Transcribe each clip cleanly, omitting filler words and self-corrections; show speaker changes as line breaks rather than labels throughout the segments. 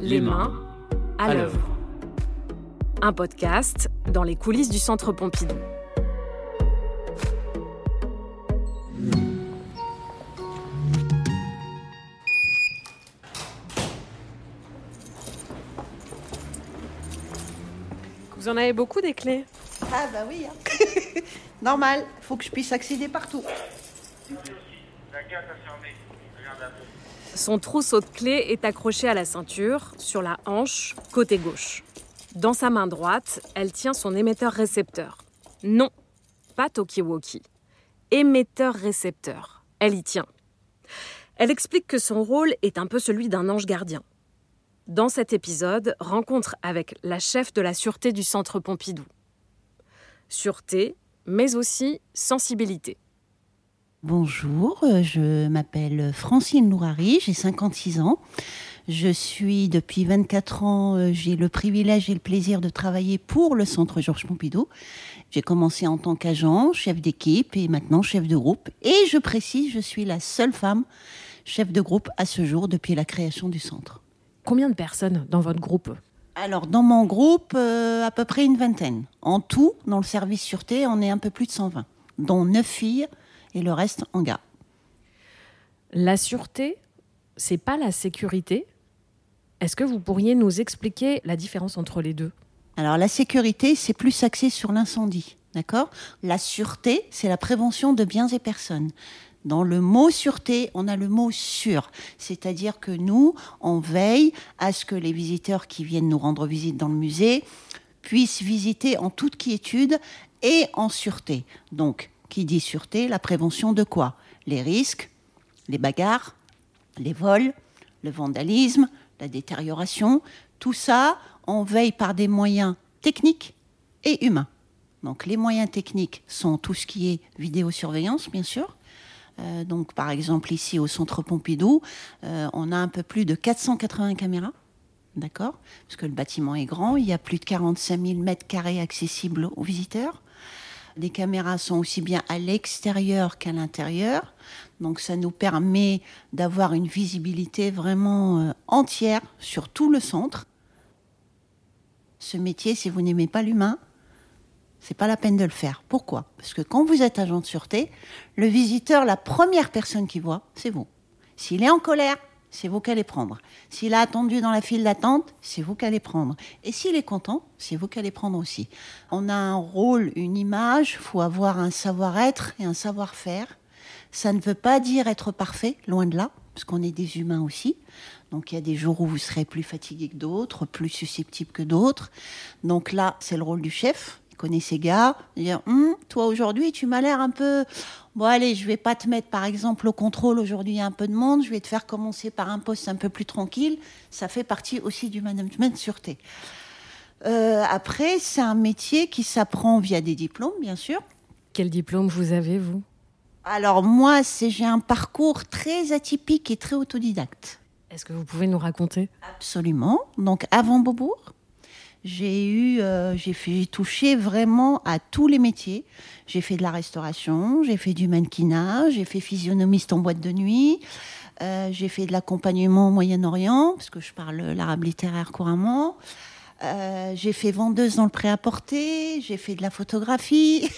Les mains à l'œuvre. Un podcast dans les coulisses du Centre Pompidou. Vous en avez beaucoup des clés?
Ah bah oui, hein. Normal, faut que je puisse accéder partout.
Son trousseau de clés est accroché à la ceinture, sur la hanche, côté gauche. Dans sa main droite, elle tient son émetteur-récepteur. Non, pas talkie-walkie. Émetteur-récepteur. Elle y tient. Elle explique que son rôle est un peu celui d'un ange gardien. Dans cet épisode, rencontre avec la chef de la sûreté du Centre Pompidou. Sûreté, mais aussi sensibilité.
Bonjour, je m'appelle Francine Lourari, j'ai 56 ans. Je suis depuis 24 ans, j'ai le privilège et le plaisir de travailler pour le Centre Georges Pompidou. J'ai commencé en tant qu'agent, chef d'équipe et maintenant chef de groupe. Et je précise, je suis la seule femme chef de groupe à ce jour depuis la création du centre.
Combien de personnes dans votre groupe ?
Alors, dans mon groupe, à peu près une vingtaine. En tout, dans le service sûreté, on est un peu plus de 120, dont 9 filles et le reste en gars.
La sûreté, c'est pas la sécurité. Est-ce que vous pourriez nous expliquer la différence entre les deux ?
Alors, la sécurité, c'est plus axé sur l'incendie, d'accord ? La sûreté, c'est la prévention de biens et personnes. Dans le mot sûreté, on a le mot sûr, c'est-à-dire que nous, on veille à ce que les visiteurs qui viennent nous rendre visite dans le musée puissent visiter en toute quiétude et en sûreté. Donc, qui dit sûreté, la prévention de quoi ? Les risques, les bagarres, les vols, le vandalisme, la détérioration, tout ça, on veille par des moyens techniques et humains. Donc, les moyens techniques sont tout ce qui est vidéosurveillance, bien sûr. Donc, par exemple, ici au Centre Pompidou, on a un peu plus de 480 caméras, d'accord ? Parce que le bâtiment est grand, il y a plus de 45 000 mètres carrés accessibles aux visiteurs. Les caméras sont aussi bien à l'extérieur qu'à l'intérieur. Donc, ça nous permet d'avoir une visibilité vraiment entière sur tout le centre. Ce métier, si vous n'aimez pas l'humain, c'est pas la peine de le faire. Pourquoi ? Parce que quand vous êtes agent de sûreté, le visiteur, la première personne qu'il voit, c'est vous. S'il est en colère, c'est vous qui allez prendre. S'il a attendu dans la file d'attente, c'est vous qui allez prendre. Et s'il est content, c'est vous qui allez prendre aussi. On a un rôle, une image, il faut avoir un savoir-être et un savoir-faire. Ça ne veut pas dire être parfait, loin de là, parce qu'on est des humains aussi. Donc il y a des jours où vous serez plus fatigué que d'autres, plus susceptible que d'autres. Donc là, c'est le rôle du chef. Connaît ses gars, dire toi aujourd'hui tu m'as l'air un peu bon, allez, je vais pas te mettre par exemple au contrôle, aujourd'hui il y a un peu de monde, je vais te faire commencer par un poste un peu plus tranquille. Ça fait partie aussi du management de sûreté. Après, c'est un métier qui s'apprend via des diplômes, bien sûr.
Quel diplôme vous avez, vous ?
Alors moi, j'ai un parcours très atypique et très autodidacte.
Est-ce que vous pouvez nous raconter ?
Absolument. Donc avant Beaubourg, j'ai touché vraiment à tous les métiers. J'ai fait de la restauration, j'ai fait du mannequinat, j'ai fait physionomiste en boîte de nuit, j'ai fait de l'accompagnement au Moyen-Orient, parce que je parle l'arabe littéraire couramment. J'ai fait vendeuse dans le prêt-à-porter, j'ai fait de la photographie.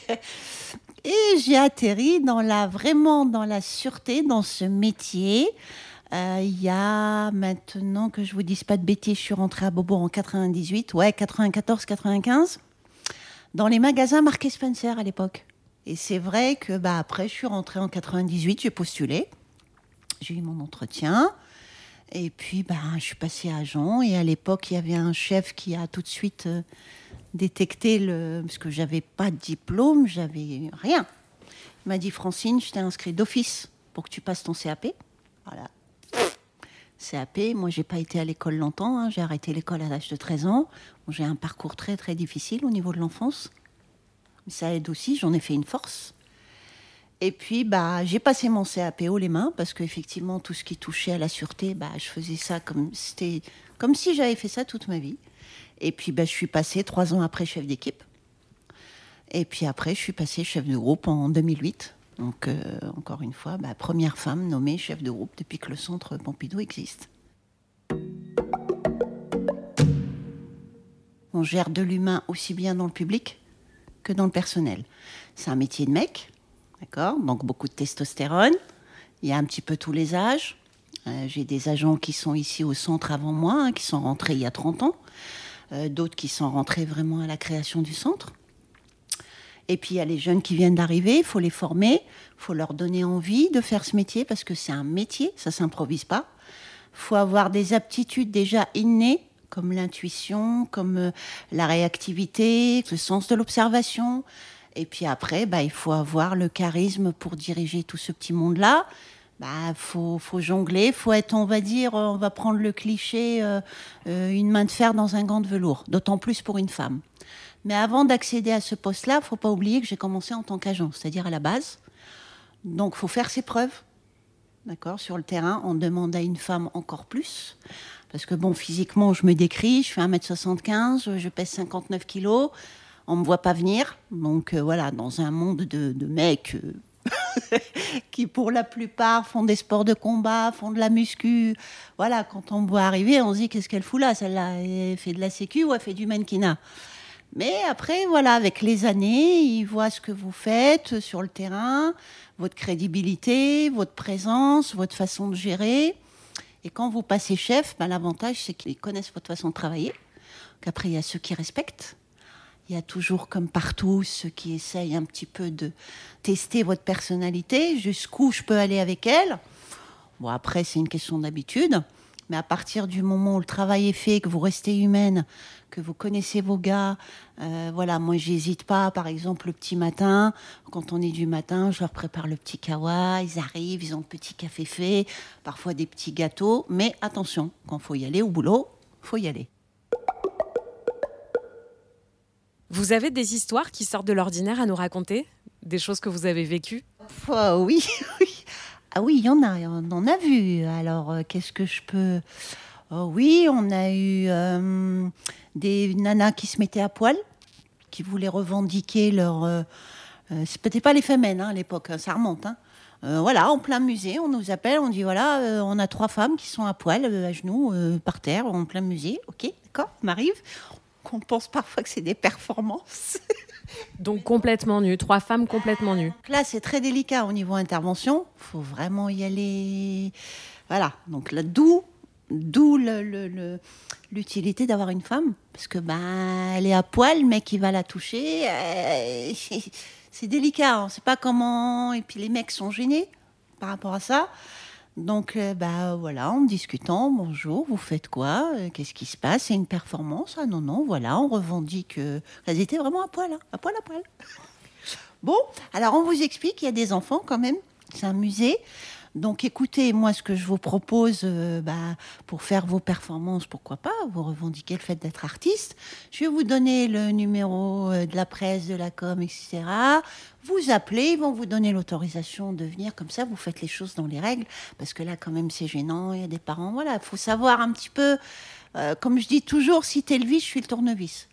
Et j'ai atterri vraiment dans la sûreté, dans ce métier. Il y a maintenant, que je vous dise pas de bêtises, je suis rentrée à Beaubourg en 98, 94-95, dans les magasins Marks & Spencer à l'époque. Et c'est vrai que après, je suis rentrée en 98, j'ai postulé, j'ai eu mon entretien, et puis je suis passée agent. Et à l'époque, il y avait un chef qui a tout de suite détecté parce que j'avais pas de diplôme, j'avais rien. Il m'a dit: Francine, je t'ai inscrit d'office pour que tu passes ton CAP. Voilà. CAP, moi j'ai pas été à l'école longtemps, j'ai arrêté l'école à l'âge de 13 ans. Bon, j'ai un parcours très très difficile au niveau de l'enfance. Mais ça aide aussi, j'en ai fait une force. Et puis j'ai passé mon CAP haut les mains, parce qu'effectivement tout ce qui touchait à la sûreté, je faisais ça comme si j'avais fait ça toute ma vie. Et puis je suis passée 3 ans après chef d'équipe. Et puis après je suis passée chef de groupe en 2008. Donc, encore une fois, première femme nommée chef de groupe depuis que le Centre Pompidou existe. On gère de l'humain aussi bien dans le public que dans le personnel. C'est un métier de mec, d'accord ? Donc beaucoup de testostérone. Il y a un petit peu tous les âges. J'ai des agents qui sont ici au centre avant moi, qui sont rentrés il y a 30 ans. D'autres qui sont rentrés vraiment à la création du centre. Et puis il y a les jeunes qui viennent d'arriver, il faut les former, il faut leur donner envie de faire ce métier parce que c'est un métier, ça ne s'improvise pas. Il faut avoir des aptitudes déjà innées, comme l'intuition, comme la réactivité, le sens de l'observation. Et puis après, il faut avoir le charisme pour diriger tout ce petit monde-là. Faut jongler, faut être, on va dire, on va prendre le cliché, une main de fer dans un gant de velours, d'autant plus pour une femme. Mais avant d'accéder à ce poste-là, il ne faut pas oublier que j'ai commencé en tant qu'agent, c'est-à-dire à la base. Donc, il faut faire ses preuves. D'accord ? Sur le terrain, on demande à une femme encore plus. Parce que, physiquement, je me décris, je fais 1m75, je pèse 59 kilos, on ne me voit pas venir. Donc, voilà, dans un monde de mecs qui, pour la plupart, font des sports de combat, font de la muscu. Voilà, quand on me voit arriver, on se dit, qu'est-ce qu'elle fout là ? Celle-là, elle fait de la sécu ou elle fait du mannequinat ? Mais après, voilà, avec les années, ils voient ce que vous faites sur le terrain, votre crédibilité, votre présence, votre façon de gérer. Et quand vous passez chef, l'avantage, c'est qu'ils connaissent votre façon de travailler. Qu'après, il y a ceux qui respectent. Il y a toujours, comme partout, ceux qui essayent un petit peu de tester votre personnalité, jusqu'où je peux aller avec elle. Après, c'est une question d'habitude. Mais à partir du moment où le travail est fait, que vous restez humaine, que vous connaissez vos gars, moi, j'hésite pas. Par exemple, le petit matin, quand on est du matin, je leur prépare le petit kawa. Ils arrivent, ils ont le petit café fait, parfois des petits gâteaux. Mais attention, quand il faut y aller au boulot, il faut y aller.
Vous avez des histoires qui sortent de l'ordinaire à nous raconter ? Des choses que vous avez vécues ?
Oui, oui. Ah oui, il y en a, on en a vu. Alors, qu'est-ce que je peux... oui, on a eu des nanas qui se mettaient à poil, qui voulaient revendiquer leur... c'était pas les femmes à l'époque, ça remonte. En plein musée, on nous appelle, on dit voilà, on a 3 femmes qui sont à poil, à genoux, par terre, en plein musée. Ok, d'accord, on arrive. On pense parfois que c'est des performances.
Donc complètement nues, 3 femmes complètement nues.
Donc là, c'est très délicat au niveau intervention. Il faut vraiment y aller. Voilà. Donc là, d'où l'utilité d'avoir une femme. Parce que elle est à poil, le mec, il va la toucher. C'est délicat. On ne sait pas comment. Et puis les mecs sont gênés par rapport à ça. Donc, en discutant, bonjour, vous faites quoi ? Qu'est-ce qui se passe ? C'est une performance ? Ah non, voilà, on revendique. Elles étaient vraiment à poil. Bon, alors on vous explique, il y a des enfants quand même, c'est un musée. Donc écoutez, moi ce que je vous propose, pour faire vos performances, pourquoi pas, vous revendiquez le fait d'être artiste. Je vais vous donner le numéro de la presse, de la com, etc. Vous appelez, ils vont vous donner l'autorisation de venir, comme ça vous faites les choses dans les règles, parce que là quand même c'est gênant, il y a des parents, voilà, il faut savoir un petit peu, comme je dis toujours, si t'es le vis, je suis le tournevis.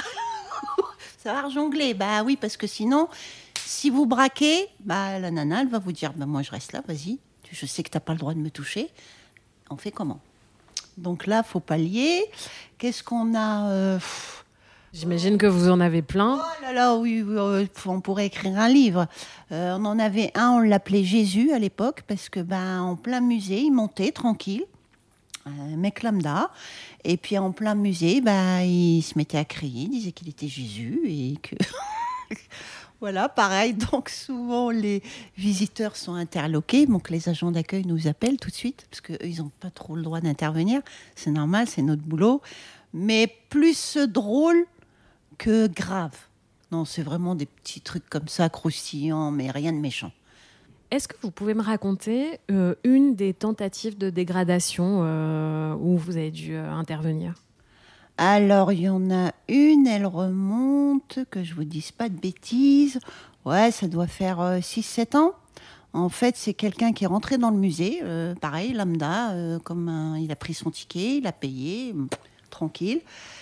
Savoir jongler, oui, parce que sinon, si vous braquez, la nana, elle va vous dire, moi je reste là, vas-y. Je sais que tu n'as pas le droit de me toucher. On fait comment ? Donc là, il faut pallier. Qu'est-ce qu'on a
J'imagine que vous en avez plein.
Oh là là, oui, on pourrait écrire un livre. On en avait un, on l'appelait Jésus à l'époque, parce que en plein musée, il montait tranquille, mec lambda. Et puis en plein musée, il se mettait à crier, il disait qu'il était Jésus et que... Voilà, pareil, donc souvent les visiteurs sont interloqués, donc les agents d'accueil nous appellent tout de suite, parce qu'eux, ils n'ont pas trop le droit d'intervenir, c'est normal, c'est notre boulot, mais plus drôle que grave. Non, c'est vraiment des petits trucs comme ça, croustillants, mais rien de méchant.
Est-ce que vous pouvez me raconter une des tentatives de dégradation où vous avez dû intervenir ?
Alors, il y en a une, elle remonte, que je vous dise pas de bêtises. Ouais, ça doit faire 6-7 ans. En fait, c'est quelqu'un qui est rentré dans le musée, pareil, lambda, il a pris son ticket, il a payé, tranquille.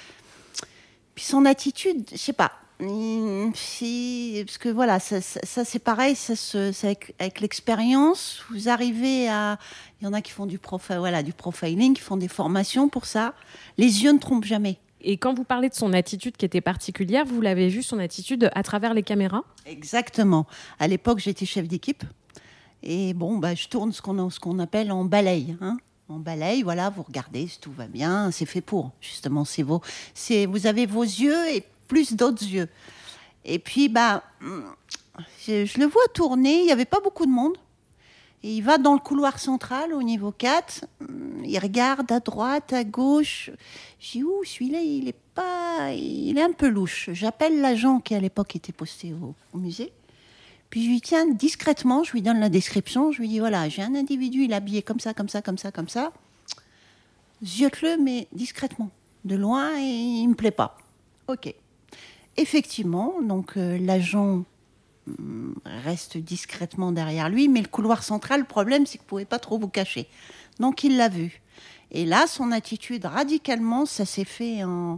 Puis son attitude, je sais pas. Parce que voilà, ça c'est pareil, c'est avec l'expérience, vous arrivez à... Il y en a qui font du profiling, qui font des formations pour ça. Les yeux ne trompent jamais.
Et quand vous parlez de son attitude qui était particulière, vous l'avez vu, son attitude à travers les caméras ?
Exactement. À l'époque, j'étais chef d'équipe. Et bon, je tourne ce qu'on appelle en balaye. En balaye, voilà, vous regardez si tout va bien. C'est fait pour, justement. Vous avez vos yeux et plus d'autres yeux. Et puis, je le vois tourner. Il n'y avait pas beaucoup de monde. Et il va dans le couloir central, au niveau 4. Il regarde à droite, à gauche. Je dis, celui-là, il est un peu louche. J'appelle l'agent qui, à l'époque, était posté au musée. Puis je lui tiens discrètement, je lui donne la description. Je lui dis, voilà, j'ai un individu, il est habillé comme ça, comme ça, comme ça, comme ça. Ziote-le, mais discrètement. De loin, et il ne me plaît pas. OK. Effectivement, donc l'agent reste discrètement derrière lui, mais le couloir central, le problème, c'est que vous ne pouvez pas trop vous cacher. Donc, il l'a vu. Et là, son attitude, radicalement, ça s'est fait en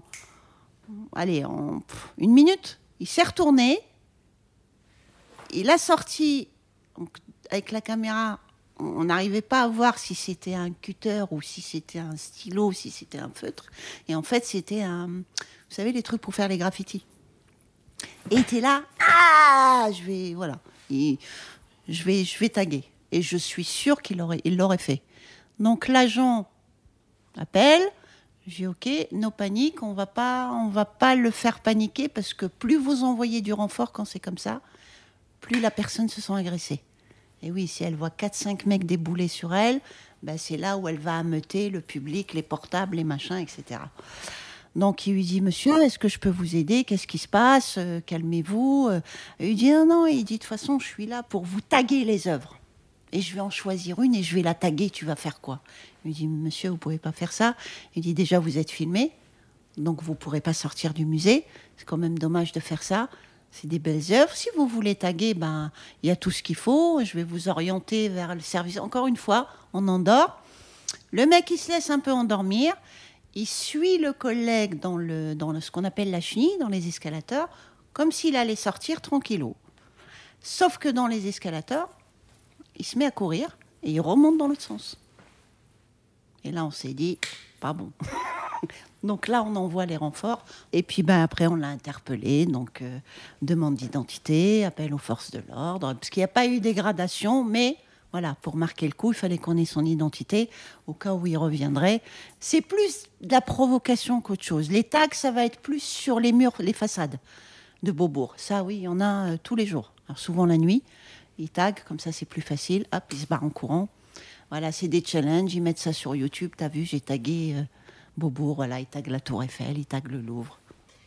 une minute. Il s'est retourné. Il a sorti, donc, avec la caméra, on n'arrivait pas à voir si c'était un cutter ou si c'était un stylo, si c'était un feutre. Et en fait, c'était vous savez, les trucs pour faire les graffitis. Et il était là, je vais taguer. Et je suis sûre qu'il l'aurait fait. Donc l'agent appelle, je dis OK, no panique, on va pas le faire paniquer parce que plus vous envoyez du renfort quand c'est comme ça, plus la personne se sent agressée. Et oui, si elle voit 4-5 mecs débouler sur elle, c'est là où elle va ameuter le public, les portables, les machins, etc. Donc, il lui dit, monsieur, est-ce que je peux vous aider ? Qu'est-ce qui se passe ? Calmez-vous. Et il dit, non. Il dit, de toute façon, je suis là pour vous taguer les œuvres. Et je vais en choisir une et je vais la taguer. Tu vas faire quoi ? Il lui dit, monsieur, vous ne pouvez pas faire ça. Il dit, déjà, vous êtes filmé, donc vous ne pourrez pas sortir du musée. C'est quand même dommage de faire ça. C'est des belles œuvres. Si vous voulez taguer, il y a tout ce qu'il faut. Je vais vous orienter vers le service. Encore une fois, on endort. Le mec, il se laisse un peu endormir. Il suit le collègue dans ce qu'on appelle la chenille, dans les escalators, comme s'il allait sortir tranquillou. Sauf que dans les escalators, il se met à courir et il remonte dans l'autre sens. Et là, on s'est dit, pas bon. Donc là, on envoie les renforts. Et puis après, on l'a interpellé. Donc, demande d'identité, appel aux forces de l'ordre. Parce qu'il n'y a pas eu dégradation, mais... Voilà, pour marquer le coup, il fallait qu'on ait son identité au cas où il reviendrait. C'est plus de la provocation qu'autre chose. Les tags, ça va être plus sur les murs, les façades de Beaubourg. Ça, oui, il y en a tous les jours. Alors souvent la nuit, ils taguent, comme ça c'est plus facile. Hop, ils se barrent en courant. Voilà, c'est des challenges. Ils mettent ça sur YouTube. T'as vu, j'ai tagué Beaubourg. Voilà, ils taguent la Tour Eiffel, ils taguent le Louvre.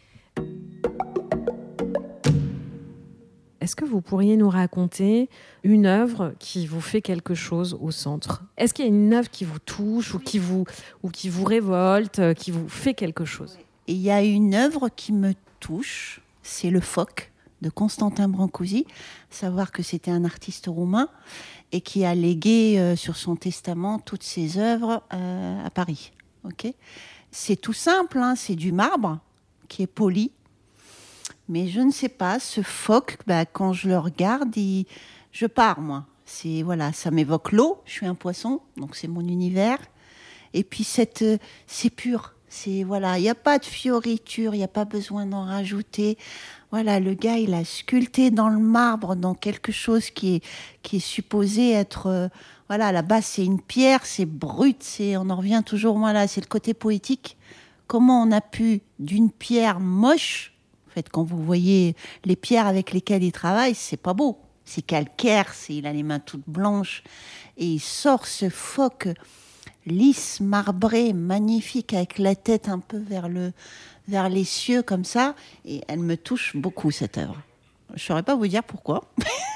Est-ce que vous pourriez nous raconter une œuvre qui vous fait quelque chose au centre ? Est-ce qu'il y a une œuvre qui vous touche ou qui vous révolte, qui vous fait quelque chose ?
Et il y a une œuvre qui me touche, c'est Le Phoque de Constantin Brancusi. Savoir que c'était un artiste roumain et qui a légué sur son testament toutes ses œuvres à Paris. Okay ? C'est tout simple, c'est du marbre qui est poli. Mais je ne sais pas, ce phoque, quand je le regarde, je pars, moi. Ça m'évoque l'eau, je suis un poisson, donc c'est mon univers. Et puis c'est pur, il n'y a pas de fioriture, il n'y a pas besoin d'en rajouter. Voilà, le gars, il a sculpté dans le marbre, dans quelque chose qui est supposé être... à la base, c'est une pierre, c'est brut, on en revient toujours, c'est le côté poétique. Comment on a pu, d'une pierre moche... En fait, quand vous voyez les pierres avec lesquelles il travaille, c'est pas beau. C'est calcaire, il a les mains toutes blanches. Et il sort ce phoque lisse, marbré, magnifique, avec la tête un peu vers les cieux, comme ça. Et elle me touche beaucoup, cette œuvre. Je ne saurais pas vous dire pourquoi.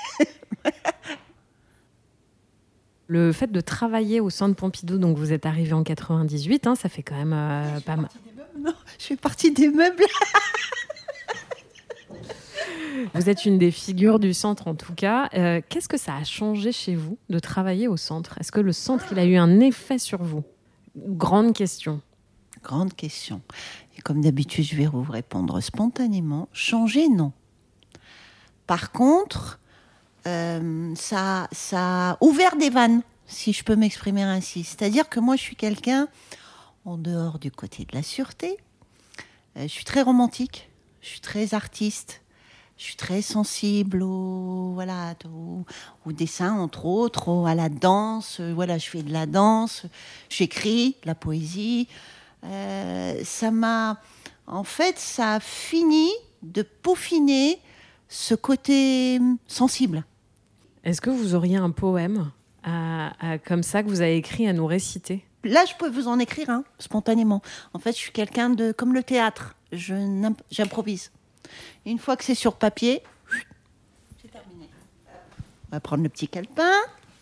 Le fait de travailler au Centre Pompidou, donc vous êtes arrivé en 98, ça fait quand même pas mal.
Non, je fais partie des meubles.
Vous êtes une des figures du centre en tout cas. Qu'est-ce que ça a changé chez vous de travailler au centre ? Est-ce que le centre, il a eu un effet sur vous ? Grande question.
Grande question. Et comme d'habitude, je vais vous répondre spontanément. Changer, non. Par contre, ça a ouvert des vannes, si je peux m'exprimer ainsi. C'est-à-dire que moi, je suis quelqu'un, en dehors du côté de la sûreté, Je suis très romantique, je suis très artiste, je suis très sensible au dessin, entre autres, à la danse. Voilà, je fais de la danse, j'écris de la poésie. Ça a fini de peaufiner ce côté sensible.
Est-ce que vous auriez un poème comme ça que vous avez écrit à nous réciter ?
Là, je peux vous en écrire un, spontanément. En fait, je suis quelqu'un de... Comme le théâtre, j'improvise. Une fois que c'est sur papier, c'est terminé. On va prendre le petit calepin.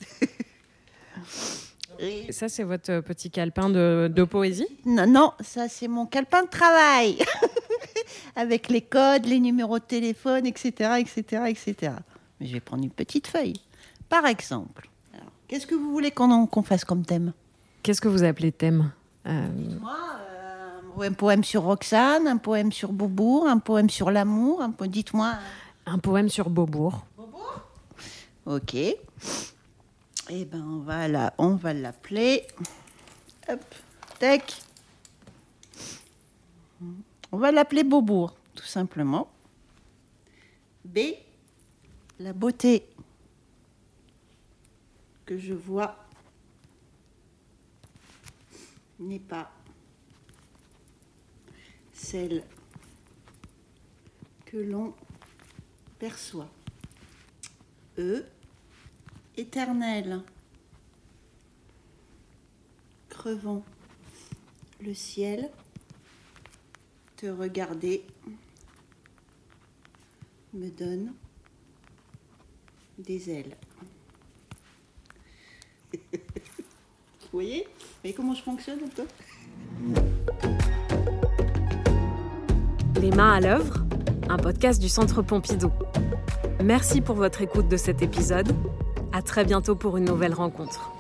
Et ça, c'est votre petit calepin de poésie ?
Non, ça, c'est mon calepin de travail. Avec les codes, les numéros de téléphone, etc., etc., etc. Mais je vais prendre une petite feuille. Par exemple, alors, qu'est-ce que vous voulez qu'on fasse comme thème ?
Qu'est-ce que vous appelez thème ?
Moi, un poème sur Roxane, un poème sur Beaubourg, un poème sur l'amour. Dites-moi.
Un poème sur Beaubourg.
Beaubourg ? Ok. Eh ben, on va l'appeler. Hop, tac. On va l'appeler Beaubourg, tout simplement. B, la beauté que je vois n'est pas celle que l'on perçoit. E, éternel, crevant le ciel, te regarder me donne des ailes. Vous voyez ? Vous voyez comment je fonctionne un peu ?
Les mains à l'œuvre, un podcast du Centre Pompidou. Merci pour votre écoute de cet épisode. À très bientôt pour une nouvelle rencontre.